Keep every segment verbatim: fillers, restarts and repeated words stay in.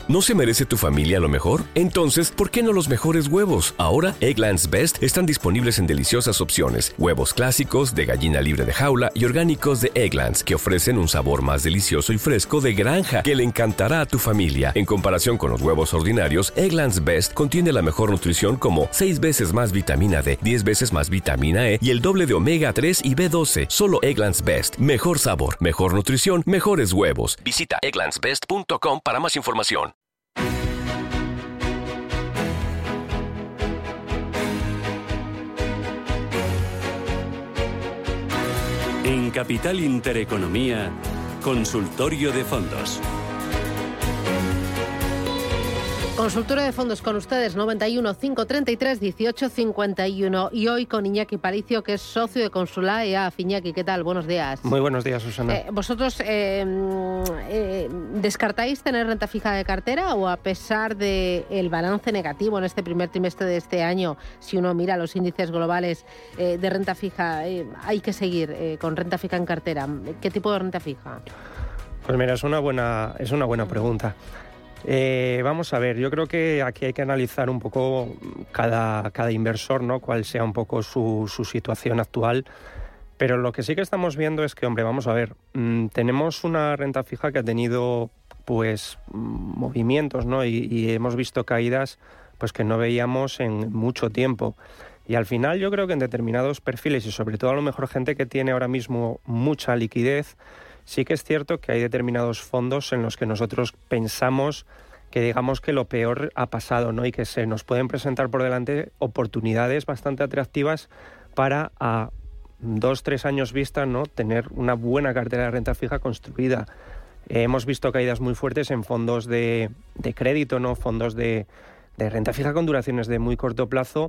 ¿No se merece tu familia lo mejor? Entonces, ¿por qué no los mejores huevos? Ahora, Eggland's Best están disponibles en deliciosas opciones. Huevos clásicos, de gallina libre de jaula y orgánicos de Eggland's, que ofrecen un sabor más delicioso y fresco de granja que le encantará a tu familia. En comparación con los huevos ordinarios, Eggland's Best contiene la mejor nutrición como seis veces más vitamina D, diez veces más vitamina E y el doble de omega tres y B doce. Solo Eggland's Best. Mejor sabor, mejor nutrición, mejores huevos. Visita egglands best punto com para más información. En Capital Intereconomía, consultorio de fondos. Consultorio de fondos con ustedes, noventa y uno, cinco treinta y tres, dieciocho cincuenta y uno. Y hoy con Iñaki Paricio, que es socio de Consular E A F. Iñaki, ¿qué tal? Buenos días. Muy buenos días, Susana. Eh, ¿Vosotros eh, eh, descartáis tener renta fija de cartera o, a pesar del balance negativo en este primer trimestre de este año, si uno mira los índices globales eh, de renta fija, eh, hay que seguir eh, con renta fija en cartera? ¿Qué tipo de renta fija? Pues mira, es una buena, es una buena pregunta. Eh, vamos a ver, yo creo que aquí hay que analizar un poco cada, cada inversor, ¿no? Cuál sea un poco su, su situación actual. Pero lo que sí que estamos viendo es que, hombre, vamos a ver, mmm, tenemos una renta fija que ha tenido pues mmm, movimientos, ¿no? Y, y hemos visto caídas pues que no veíamos en mucho tiempo. Y al final yo creo que en determinados perfiles, y sobre todo a lo mejor gente que tiene ahora mismo mucha liquidez, sí que es cierto que hay determinados fondos en los que nosotros pensamos que digamos que lo peor ha pasado, ¿no? Y que se nos pueden presentar por delante oportunidades bastante atractivas para a dos, tres años vista, ¿no? Tener una buena cartera de renta fija construida. Eh, hemos visto caídas muy fuertes en fondos de, de crédito, ¿no? Fondos de, de renta fija con duraciones de muy corto plazo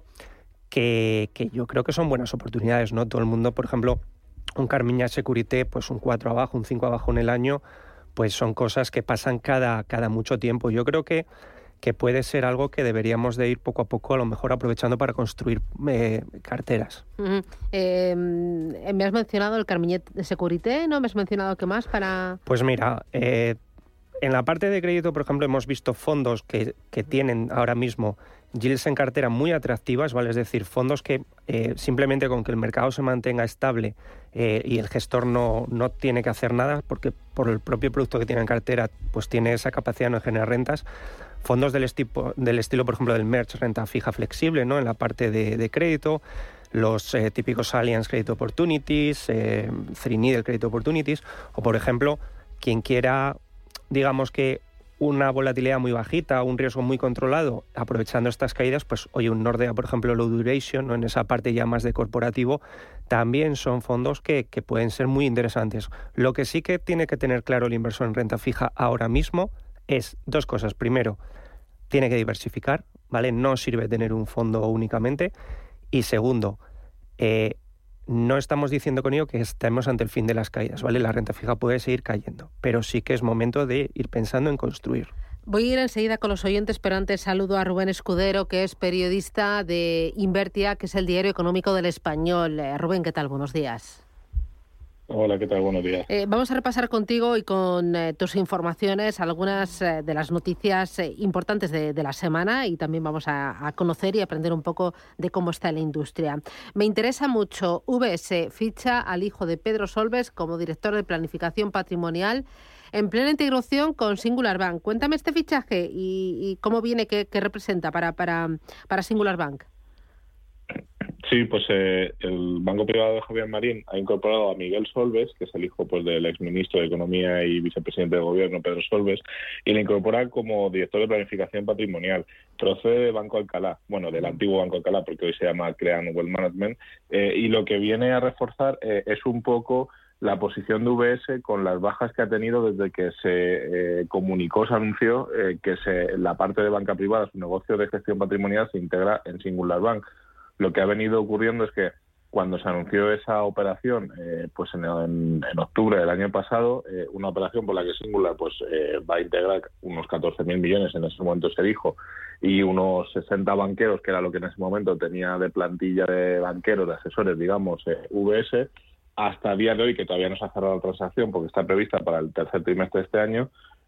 que, que yo creo que son buenas oportunidades, ¿no? Todo el mundo, por ejemplo, un Carmignac Securité, pues un cuatro abajo, un cinco abajo en el año, pues son cosas que pasan cada, cada mucho tiempo. Yo creo que, que puede ser algo que deberíamos de ir poco a poco, a lo mejor aprovechando para construir eh, carteras. Uh-huh. eh, me has mencionado el Carmignac Securité, ¿no? ¿Me has mencionado qué más para...? Pues mira, eh, en la parte de crédito, por ejemplo, hemos visto fondos que, que tienen ahora mismo yields en cartera muy atractivas, ¿vale? Es decir, fondos que eh, simplemente con que el mercado se mantenga estable eh, y el gestor no, no tiene que hacer nada, porque por el propio producto que tiene en cartera, pues tiene esa capacidad de generar rentas. Fondos del, estipo, del estilo, por ejemplo, del Merch, renta fija flexible, ¿no? En la parte de, de crédito, los eh, típicos Allianz Credit Opportunities, eh, Three Needle Credit Opportunities, o por ejemplo, quien quiera, digamos que una volatilidad muy bajita, un riesgo muy controlado, aprovechando estas caídas, pues oye, un Nordea, por ejemplo, Low Duration, ¿no? En esa parte ya más de corporativo, también son fondos que, que pueden ser muy interesantes. Lo que sí que tiene que tener claro el inversor en renta fija ahora mismo es dos cosas. Primero, tiene que diversificar, ¿vale? No sirve tener un fondo únicamente. Y segundo, eh, no estamos diciendo con ello que estemos ante el fin de las caídas, ¿vale? La renta fija puede seguir cayendo, pero sí que es momento de ir pensando en construir. Voy a ir enseguida con los oyentes, pero antes saludo a Rubén Escudero, que es periodista de Invertia, que es el diario económico del Español. Eh, Rubén, ¿qué tal? Buenos días. Hola, ¿qué tal? Buenos días. Eh, vamos a repasar contigo y con eh, tus informaciones algunas eh, de las noticias eh, importantes de, de la semana, y también vamos a, a conocer y aprender un poco de cómo está la industria. Me interesa mucho, V S ficha al hijo de Pedro Solbes como director de planificación patrimonial en plena integración con Singular Bank. Cuéntame este fichaje y, y cómo viene, qué, qué representa para, para, para Singular Bank. Sí, pues eh, el Banco Privado de Javier Marín ha incorporado a Miguel Solbes, que es el hijo pues del exministro de Economía y vicepresidente de Gobierno, Pedro Solbes, y le incorpora como director de planificación patrimonial. Procede de Banco Alcalá, bueno, del antiguo Banco Alcalá, porque hoy se llama Crean Wealth Management, eh, y lo que viene a reforzar eh, es un poco la posición de V S con las bajas que ha tenido desde que se eh, comunicó, se anunció eh, que se, la parte de banca privada, su negocio de gestión patrimonial, se integra en Singular Bank. Lo que ha venido ocurriendo es que cuando se anunció esa operación, eh, pues en, en, en octubre del año pasado, eh, una operación por la que Singular pues eh, va a integrar unos catorce mil millones, en ese momento se dijo, y unos sesenta banqueros, que era lo que en ese momento tenía de plantilla de banqueros, de asesores, digamos, eh, V S, hasta el día de hoy, que todavía no se ha cerrado la transacción porque está prevista para el tercer trimestre de este año,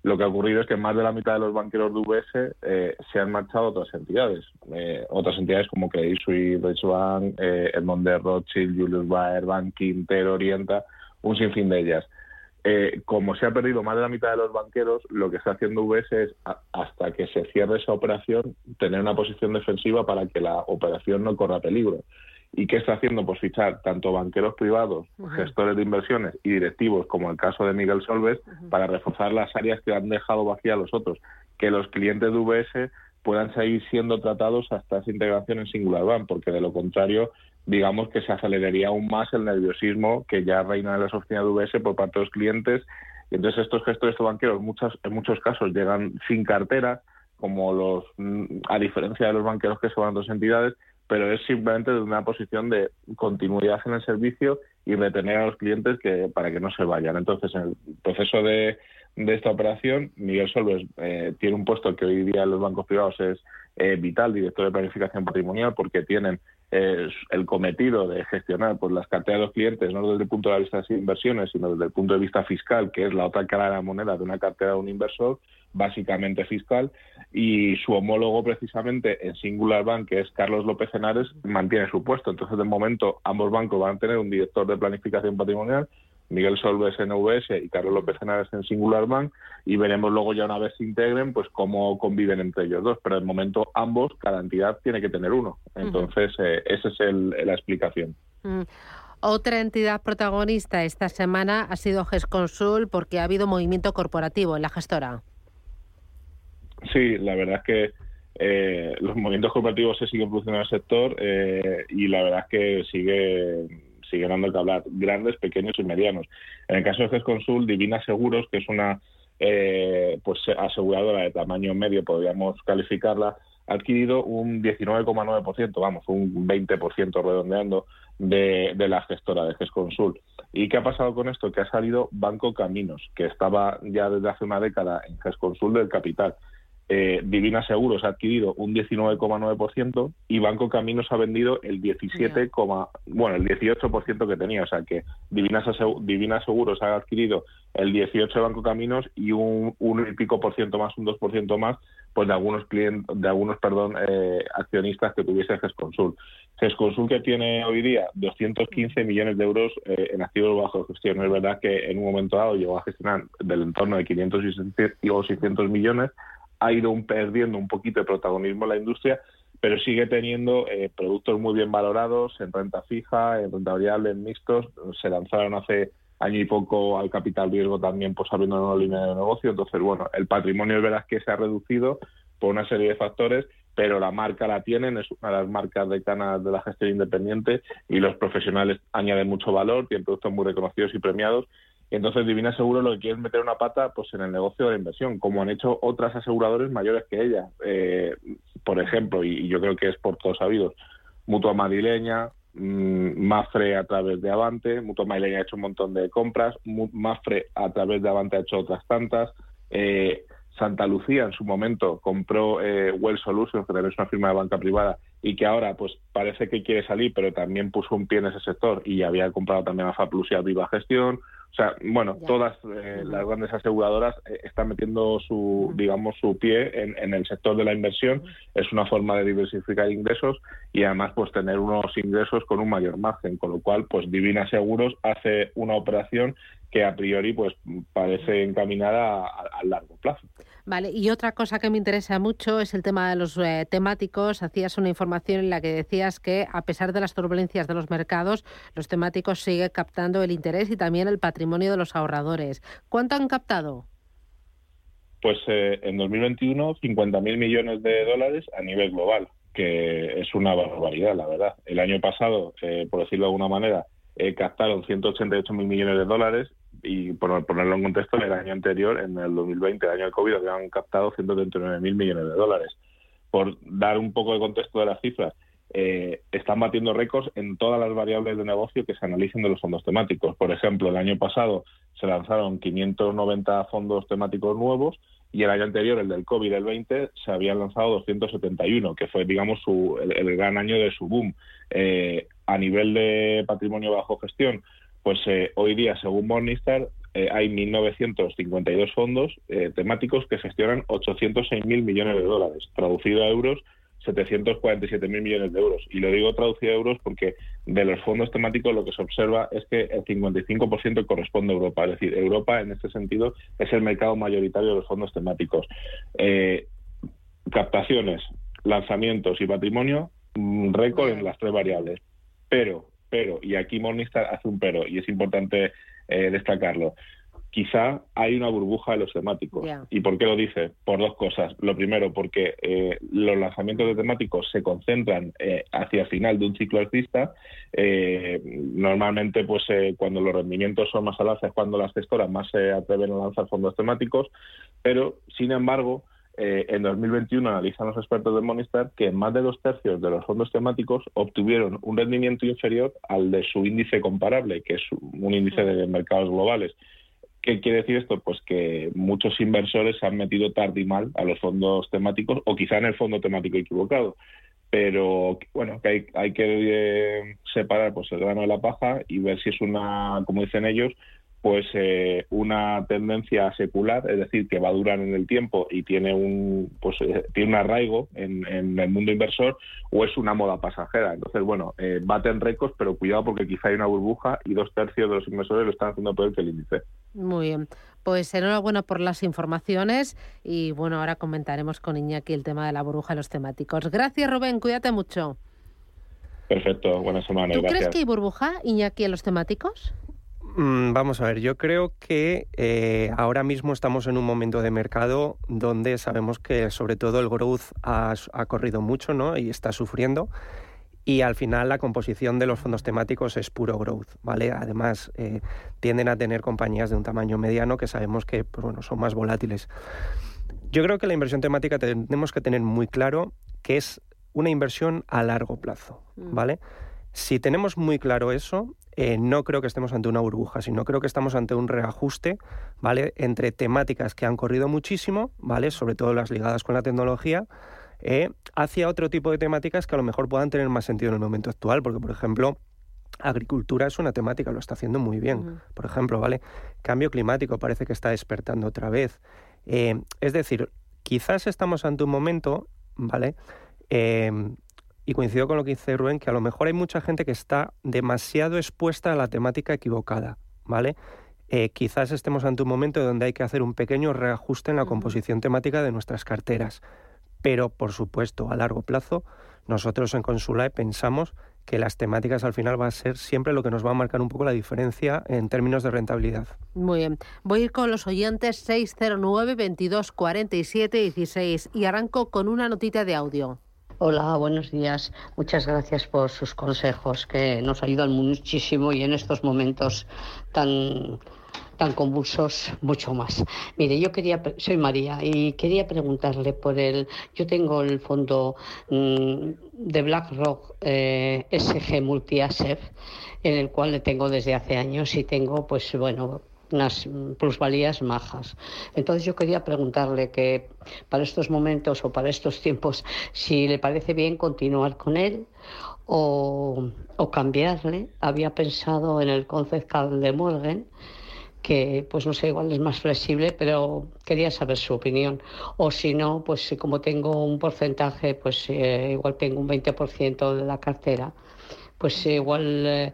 lo que ha ocurrido es que más de la mitad de los banqueros de U B S eh, se han marchado a otras entidades. Eh, otras entidades como Credit Suisse, Deutsche Bank, eh, Edmond de Rothschild, Julius Baer, Bank Inter, Orienta, un sinfín de ellas. Eh, como se ha perdido más de la mitad de los banqueros, lo que está haciendo U B S es, a, hasta que se cierre esa operación, tener una posición defensiva para que la operación no corra peligro. ¿Y qué está haciendo? Pues fichar tanto banqueros privados, uh-huh. gestores de inversiones y directivos, como el caso de Miguel Solbes, uh-huh. para reforzar las áreas que han dejado vacías los otros. Que los clientes de U B S puedan seguir siendo tratados hasta esa integración en Singular Bank, porque de lo contrario, digamos que se aceleraría aún más el nerviosismo que ya reina en las oficinas de U B S por parte de los clientes. Y entonces estos gestores, estos banqueros, muchas, en muchos casos llegan sin cartera, como los, a diferencia de los banqueros que se van a otras entidades, pero es simplemente de una posición de continuidad en el servicio y retener a los clientes que para que no se vayan. Entonces, en el proceso de, de esta operación, Miguel Solbes eh, tiene un puesto que hoy día en los bancos privados es eh, vital, director de planificación patrimonial, porque tienen eh, el cometido de gestionar pues, las carteras de los clientes, no desde el punto de vista de inversiones, sino desde el punto de vista fiscal, que es la otra cara de la moneda de una cartera de un inversor, básicamente fiscal, y su homólogo precisamente en Singular Bank, que es Carlos López Henares, mantiene su puesto. Entonces, de momento, ambos bancos van a tener un director de planificación patrimonial, Miguel Solbes en U B S y Carlos López Henares en Singular Bank, y veremos luego ya una vez se integren, pues cómo conviven entre ellos dos. Pero de momento, ambos, cada entidad tiene que tener uno. Entonces, uh-huh. eh, esa es el, la explicación. Uh-huh. Otra entidad protagonista esta semana ha sido GESConsul, porque ha habido movimiento corporativo en la gestora. Sí, la verdad es que eh, los movimientos corporativos se siguen produciendo en el sector eh, y la verdad es que sigue sigue dando que hablar, grandes, pequeños y medianos. En el caso de GESConsul, Divina Seguros, que es una eh, pues aseguradora de tamaño medio, podríamos calificarla, ha adquirido un diecinueve coma nueve por ciento, vamos, un veinte por ciento redondeando de, de la gestora de GESConsul. ¿Y qué ha pasado con esto? Que ha salido Banco Caminos, que estaba ya desde hace una década en GESConsul del capital. Eh, Divina Seguros ha adquirido un diecinueve coma nueve por ciento y Banco Caminos ha vendido el diecisiete, yeah. bueno, el dieciocho por ciento que tenía, o sea que Divina, Divina Seguros ha adquirido el dieciocho de Banco Caminos y un uno y pico por ciento más, un dos por ciento más, pues de algunos clientes, de algunos, perdón, eh, accionistas que tuviese GESConsul. GESConsul, que tiene hoy día doscientos quince millones de euros eh, en activos bajo gestión. Es verdad que en un momento dado llegó a gestionar del entorno de quinientos o seiscientos millones, ha ido un, perdiendo un poquito de protagonismo en la industria, pero sigue teniendo eh, productos muy bien valorados en renta fija, en renta variable, en mixtos. Se lanzaron hace año y poco al capital riesgo también, pues abriendo una línea de negocio. Entonces, bueno, el patrimonio es verdad que se ha reducido por una serie de factores, pero la marca la tienen, es una de las marcas decanas de la gestión independiente y los profesionales añaden mucho valor, tienen productos muy reconocidos y premiados. Y entonces Divina Seguros lo que quiere es meter una pata pues en el negocio de la inversión, como han hecho otras aseguradoras mayores que ella. Eh, por ejemplo, y, y yo creo que es por todos sabidos, Mutua Madrileña, mmm, Mafre a través de Avante. Mutua Madrileña ha hecho un montón de compras, Mafre a través de Avante ha hecho otras tantas. Eh, Santa Lucía en su momento compró eh, Well Solutions, que también es una firma de banca privada, y que ahora pues parece que quiere salir, pero también puso un pie en ese sector y había comprado también a Faplus y a Viva Gestión. O sea, bueno, ya. todas eh, uh-huh. las grandes aseguradoras eh, están metiendo su, uh-huh. digamos, su pie en, en el sector de la inversión. Uh-huh. Es una forma de diversificar ingresos y además pues tener unos ingresos con un mayor margen, con lo cual pues Divina Seguros hace una operación que a priori pues parece encaminada a, a largo plazo. Vale, y otra cosa que me interesa mucho es el tema de los eh, temáticos. Hacías una información en la que decías que a pesar de las turbulencias de los mercados, los temáticos siguen captando el interés y también el patrimonio de los ahorradores. ¿Cuánto han captado? Pues eh, en dos mil veintiuno, cincuenta mil millones de dólares a nivel global, que es una barbaridad, la verdad. El año pasado, eh, por decirlo de alguna manera, eh, captaron ciento ochenta y ocho mil millones de dólares y, por ponerlo en contexto, en el año anterior, en el dos mil veinte, el año del COVID, habían captado ciento treinta y nueve mil millones de dólares. Por dar un poco de contexto de las cifras, eh, están batiendo récords en todas las variables de negocio que se analicen de los fondos temáticos. Por ejemplo, el año pasado se lanzaron quinientos noventa fondos temáticos nuevos y el año anterior, el del COVID, el veinte, se habían lanzado doscientos setenta y uno, que fue, digamos, su, el, el gran año de su boom. Eh, a nivel de patrimonio bajo gestión, pues eh, hoy día, según Morningstar, eh, hay mil novecientos cincuenta y dos fondos eh, temáticos que gestionan ochocientos seis mil millones de dólares, traducido a euros, setecientos cuarenta y siete mil millones de euros. Y lo digo traducido a euros porque de los fondos temáticos lo que se observa es que el cincuenta y cinco por ciento corresponde a Europa. Es decir, Europa en este sentido es el mercado mayoritario de los fondos temáticos. Eh, captaciones, lanzamientos y patrimonio, récord en las tres variables. Pero, pero, y aquí Morningstar hace un pero, y es importante eh, destacarlo, quizá hay una burbuja de los temáticos. Yeah. ¿Y por qué lo dice? Por dos cosas. Lo primero, porque eh, los lanzamientos de temáticos se concentran eh, hacia el final de un ciclo alcista. Eh, normalmente, pues eh, cuando los rendimientos son más al alza es cuando las gestoras más se atreven a lanzar fondos temáticos, pero, sin embargo, Eh, en dos mil veintiuno analizan los expertos de Morningstar que más de dos tercios de los fondos temáticos obtuvieron un rendimiento inferior al de su índice comparable, que es un índice de mercados globales. ¿Qué quiere decir esto? Pues que muchos inversores se han metido tarde y mal a los fondos temáticos, o quizá en el fondo temático equivocado. Pero bueno, que hay, hay que eh, separar pues el grano de la paja y ver si es una, como dicen ellos, pues eh, una tendencia secular, es decir, que va a durar en el tiempo y tiene un pues eh, tiene un arraigo en, en el mundo inversor, o es una moda pasajera. Entonces, bueno, eh, baten récords, pero cuidado porque quizá hay una burbuja y dos tercios de los inversores lo están haciendo peor que el índice. Muy bien. Pues enhorabuena por las informaciones y bueno, ahora comentaremos con Iñaki el tema de la burbuja de los temáticos. Gracias, Rubén, cuídate mucho. Perfecto, buena semana. ¿Tú gracias. crees que hay burbuja, Iñaki, en los temáticos? Vamos a ver, yo creo que eh, ahora mismo estamos en un momento de mercado donde sabemos que sobre todo el growth ha, ha corrido mucho, ¿no? Y está sufriendo, y al final la composición de los fondos temáticos es puro growth, ¿vale? Además, eh, tienden a tener compañías de un tamaño mediano que sabemos que pues, bueno, son más volátiles. Yo creo que la inversión temática tenemos que tener muy claro que es una inversión a largo plazo, ¿vale? Si tenemos muy claro eso, eh, no creo que estemos ante una burbuja, sino creo que estamos ante un reajuste, ¿vale? Entre temáticas que han corrido muchísimo, ¿vale? Sobre todo las ligadas con la tecnología, eh, hacia otro tipo de temáticas que a lo mejor puedan tener más sentido en el momento actual, porque, por ejemplo, agricultura es una temática, lo está haciendo muy bien, uh-huh. por ejemplo, ¿vale? Cambio climático parece que está despertando otra vez. Eh, es decir, quizás estamos ante un momento, ¿vale? Eh, Y coincido con lo que dice Rubén, que a lo mejor hay mucha gente que está demasiado expuesta a la temática equivocada, ¿vale? Eh, quizás estemos ante un momento donde hay que hacer un pequeño reajuste en la composición temática de nuestras carteras. Pero, por supuesto, a largo plazo, nosotros en Consulae pensamos que las temáticas al final va a ser siempre lo que nos va a marcar un poco la diferencia en términos de rentabilidad. Muy bien. Voy a ir con los oyentes seis cero nueve, veintidós, cuarenta y siete, dieciséis y arranco con una notita de audio. Hola, buenos días. Muchas gracias por sus consejos que nos ayudan muchísimo y en estos momentos tan, tan convulsos mucho más. Mire, yo quería, soy María y quería preguntarle por el, yo tengo el fondo mmm, de BlackRock eh, S G Multi-Asset, en el cual le tengo desde hace años y tengo, pues bueno, unas plusvalías majas. Entonces yo quería preguntarle que para estos momentos o para estos tiempos, si le parece bien continuar con él o, o cambiarle. Había pensado en el Concept Card de Morgan, que pues no sé, igual es más flexible, pero quería saber su opinión. O si no, pues como tengo un porcentaje, pues eh, igual tengo un veinte por ciento de la cartera, pues igual eh,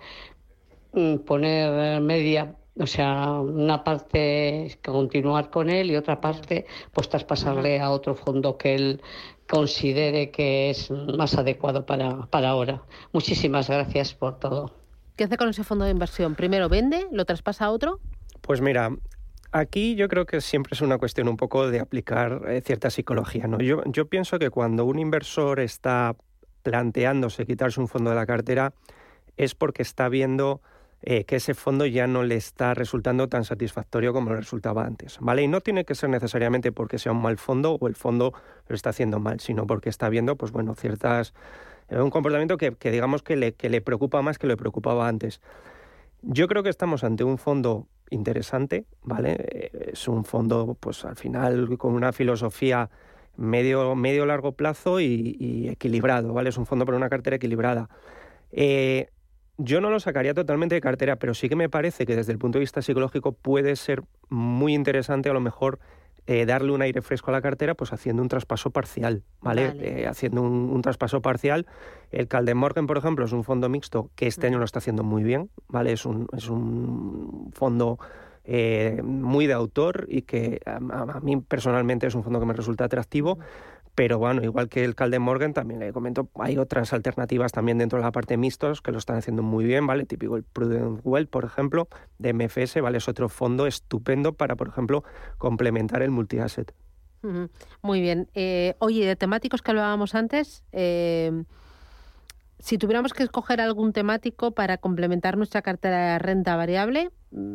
poner media, o sea, una parte continuar con él y otra parte pues traspasarle a otro fondo que él considere que es más adecuado para, para ahora. Muchísimas gracias por todo. ¿Qué hace con ese fondo de inversión? ¿Primero vende, lo traspasa a otro? Pues mira, aquí yo creo que siempre es una cuestión un poco de aplicar eh, cierta psicología, ¿no? Yo, yo pienso que cuando un inversor está planteándose quitarse un fondo de la cartera es porque está viendo Eh, que ese fondo ya no le está resultando tan satisfactorio como le resultaba antes, ¿vale? Y no tiene que ser necesariamente porque sea un mal fondo o el fondo lo está haciendo mal, sino porque está viendo, pues bueno, ciertas eh, un comportamiento que, que digamos que le, que le preocupa más que le preocupaba antes. Yo creo que estamos ante un fondo interesante, ¿vale? Eh, es un fondo, pues al final, con una filosofía medio, medio largo plazo y, y equilibrado, ¿vale? Es un fondo para una cartera equilibrada. Eh, yo no lo sacaría totalmente de cartera, pero sí que me parece que desde el punto de vista psicológico puede ser muy interesante a lo mejor eh, darle un aire fresco a la cartera, pues haciendo un traspaso parcial, ¿vale? Vale. Eh, haciendo un, un traspaso parcial. El Kaldemorgen Morgan, por ejemplo, es un fondo mixto que este año lo está haciendo muy bien, ¿vale? Es un, es un fondo eh, muy de autor y que a, a, a mí personalmente es un fondo que me resulta atractivo. Pero bueno, igual que el Kaldemorgen Morgan, también le comento, hay otras alternativas también dentro de la parte mixtos que lo están haciendo muy bien, ¿vale? Típico el Prudent Wealth, por ejemplo, de M F S, ¿vale? Es otro fondo estupendo para, por ejemplo, complementar el multi-asset. Uh-huh. Muy bien. Eh, oye, de temáticos que hablábamos antes, eh, si tuviéramos que escoger algún temático para complementar nuestra cartera de renta variable,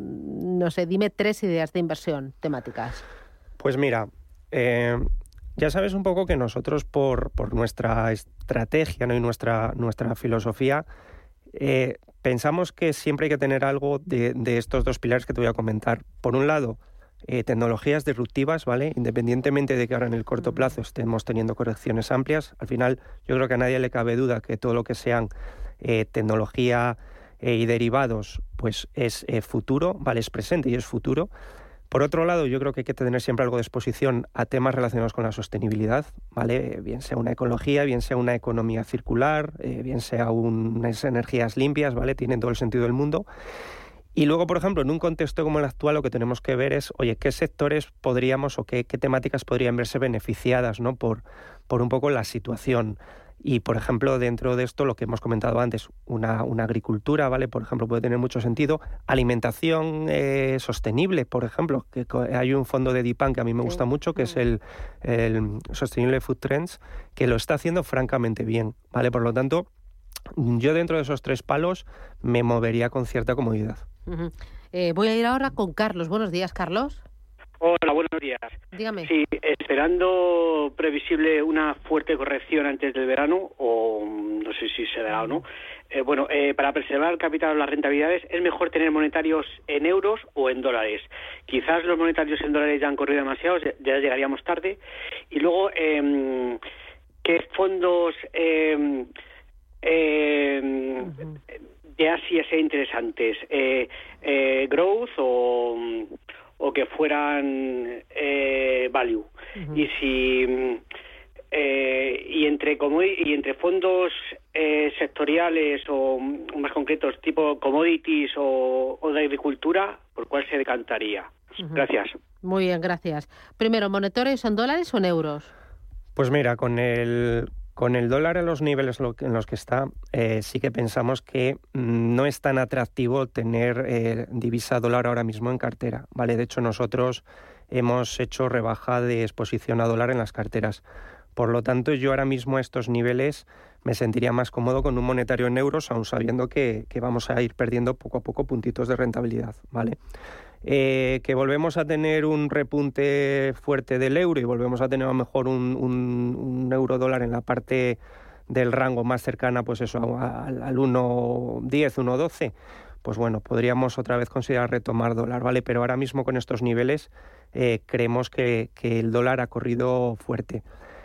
no sé, dime tres ideas de inversión temáticas. Pues mira, eh, ya sabes un poco que nosotros por, por nuestra estrategia, ¿no? y nuestra, nuestra filosofía, eh, pensamos que siempre hay que tener algo de, de estos dos pilares que te voy a comentar. Por un lado, eh, tecnologías disruptivas, ¿vale? Independientemente de que ahora en el corto plazo estemos teniendo correcciones amplias, al final yo creo que a nadie le cabe duda que todo lo que sean eh, tecnología eh, y derivados, pues es eh, futuro, ¿vale? Es presente y es futuro. Por otro lado, yo creo que hay que tener siempre algo de exposición a temas relacionados con la sostenibilidad, ¿vale? Bien sea una ecología, bien sea una economía circular, eh, bien sea un, unas energías limpias, ¿vale? Tienen todo el sentido del mundo. Y luego, por ejemplo, en un contexto como el actual, lo que tenemos que ver es, oye, qué sectores podríamos o qué, qué temáticas podrían verse beneficiadas, ¿no? por, por un poco la situación. Y, por ejemplo, dentro de esto, lo que hemos comentado antes, una, una agricultura, ¿vale? Por ejemplo, puede tener mucho sentido. Alimentación eh, sostenible, por ejemplo, que hay un fondo de DIPAN que a mí me gusta mucho, que es el, el Sustainable Food Trends, que lo está haciendo francamente bien, ¿vale? Por lo tanto, yo dentro de esos tres palos me movería con cierta comodidad. Uh-huh. Eh, voy a ir ahora con Carlos. Buenos días, Carlos. Hola, buenos días. Dígame. Sí, esperando previsible una fuerte corrección antes del verano, o no sé si se dará o no. Eh, bueno, eh, para preservar el capital o las rentabilidades, ¿es mejor tener monetarios en euros o en dólares? Quizás los monetarios en dólares ya han corrido demasiado, ya llegaríamos tarde. Y luego, eh, ¿qué fondos eh, eh, uh-huh. de Asia sean interesantes? Eh, eh, ¿Growth o...? o que fueran eh, value. Uh-huh. Y si eh, y entre y entre fondos eh, sectoriales o más concretos tipo commodities o, o de agricultura, ¿por cuál se decantaría? Uh-huh. Gracias. Muy bien, gracias. Primero, ¿monetarios en dólares o en euros? Pues mira, con el Con el dólar en los niveles en los que está, eh, sí que pensamos que no es tan atractivo tener eh, divisa dólar ahora mismo en cartera, ¿vale? De hecho, nosotros hemos hecho rebaja de exposición a dólar en las carteras. Por lo tanto, yo ahora mismo a estos niveles me sentiría más cómodo con un monetario en euros, aun sabiendo que, que vamos a ir perdiendo poco a poco puntitos de rentabilidad, ¿vale? Eh, que volvemos a tener un repunte fuerte del euro y volvemos a tener a lo mejor un, un, un euro dólar en la parte del rango más cercana, pues eso, al, al uno diez, uno doce, pues bueno, podríamos otra vez considerar retomar dólar, ¿vale? Pero ahora mismo con estos niveles eh, creemos que, que el dólar ha corrido fuerte.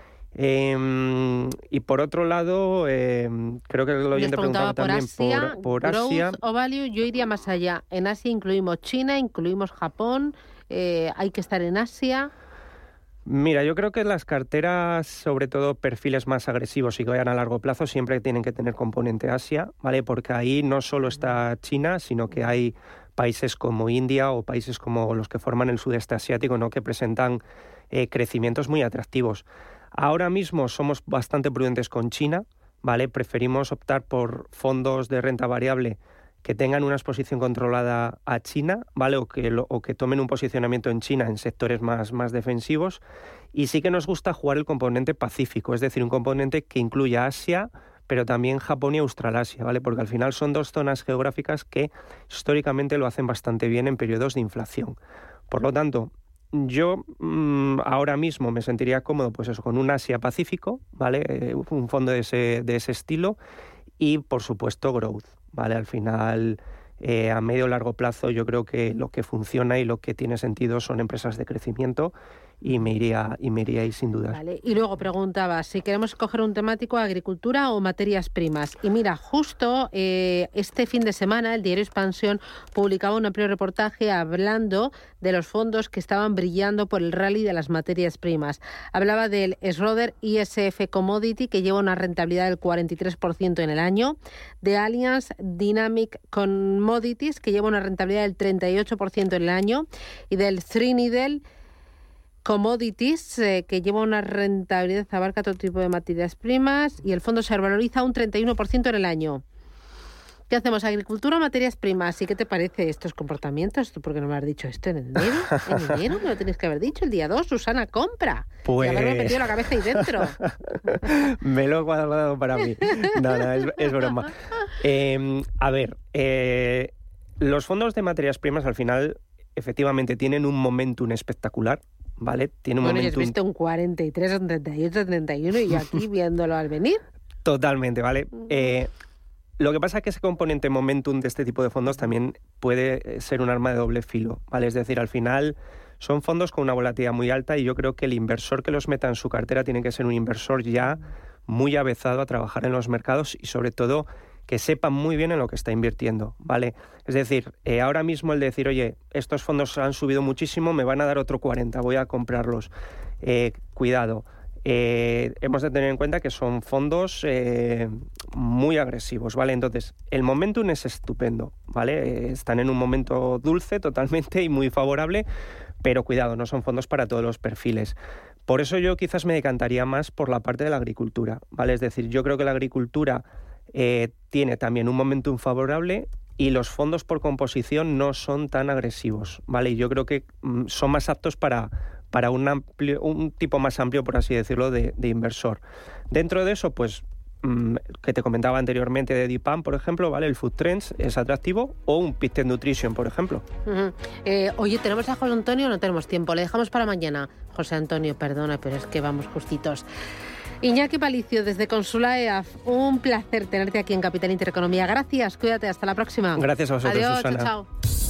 Eh, y por otro lado, eh, creo que el oyente preguntaba por también Asia, por, por Asia. Growth o value, yo iría más allá. En Asia incluimos China, incluimos Japón, eh, hay que estar en Asia. Mira, yo creo que las carteras, sobre todo perfiles más agresivos y que vayan a largo plazo, siempre tienen que tener componente Asia, ¿vale? Porque ahí no solo está China, sino que hay países como India o países como los que forman el sudeste asiático, ¿no? Que presentan eh, crecimientos muy atractivos. Ahora mismo somos bastante prudentes con China, ¿vale? Preferimos optar por fondos de renta variable que tengan una exposición controlada a China, ¿vale? O que, lo, o que tomen un posicionamiento en China en sectores más, más defensivos. Y sí que nos gusta jugar el componente pacífico, es decir, un componente que incluya Asia, pero también Japón y Australasia, ¿vale? Porque al final son dos zonas geográficas que históricamente lo hacen bastante bien en periodos de inflación. Por lo tanto, yo mmm, ahora mismo me sentiría cómodo pues eso, con un Asia-Pacífico, ¿vale? Eh, un fondo de ese, de ese estilo y, por supuesto, growth, ¿vale? Al final, eh, a medio o largo plazo, yo creo que lo que funciona y lo que tiene sentido son empresas de crecimiento y me iría y me iría ahí sin duda. Vale. Y luego preguntaba si queremos coger un temático, agricultura o materias primas. Y mira, justo eh, este fin de semana el diario Expansión publicaba un amplio reportaje hablando de los fondos que estaban brillando por el rally de las materias primas. Hablaba del Schroder I S F Commodity, que lleva una rentabilidad del cuarenta y tres por ciento en el año, de Allianz Dynamic Commodities, que lleva una rentabilidad del treinta y ocho por ciento en el año, y del Trinidad Commodities, eh, que lleva una rentabilidad, abarca todo tipo de materias primas, y el fondo se valoriza un treinta y uno por ciento en el año. ¿Qué hacemos? ¿Agricultura o materias primas? ¿Y qué te parece estos comportamientos? ¿Tú por qué no me has dicho esto en enero? En enero me lo tienes que haber dicho. El día dos, Susana compra. Pues... Y haberme metido la cabeza ahí dentro. Me lo he guardado para mí. No, no, es, es broma. Eh, a ver, eh, los fondos de materias primas al final efectivamente tienen un momentum espectacular. ¿Vale? Tiene un bueno, momentum... y has visto un cuarenta y tres, un treinta y ocho, treinta y uno y yo aquí viéndolo al venir. Totalmente, ¿vale? Eh, lo que pasa es que ese componente momentum de este tipo de fondos también puede ser un arma de doble filo, ¿vale? Es decir, al final son fondos con una volatilidad muy alta y yo creo que el inversor que los meta en su cartera tiene que ser un inversor ya muy avezado a trabajar en los mercados y sobre todo que sepan muy bien en lo que está invirtiendo, ¿vale? Es decir, eh, ahora mismo el decir, oye, estos fondos han subido muchísimo, me van a dar otro cuarenta, voy a comprarlos. Eh, cuidado, eh, hemos de tener en cuenta que son fondos eh, muy agresivos, ¿vale? Entonces, el momentum es estupendo, ¿vale? Eh, están en un momento dulce totalmente y muy favorable, pero cuidado, no son fondos para todos los perfiles. Por eso yo quizás me decantaría más por la parte de la agricultura, ¿vale? Es decir, yo creo que la agricultura Eh, tiene también un momentum favorable y los fondos por composición no son tan agresivos, ¿vale? Y yo creo que mm, son más aptos para, para un, amplio, un tipo más amplio, por así decirlo, de, de inversor. Dentro de eso, pues, mm, que te comentaba anteriormente de DIPAM, por ejemplo, ¿vale? El Food Trends es atractivo, o un Pictet Nutrition, por ejemplo. Uh-huh. eh, oye, ¿tenemos a José Antonio o no tenemos tiempo? Le dejamos para mañana. José Antonio, perdona, pero es que vamos justitos. Iñaki Palicio, desde Consula E A F, un placer tenerte aquí en Capital Intereconomía. Gracias, cuídate, hasta la próxima. Gracias a vosotros, Adiós, Susana. chao, chao.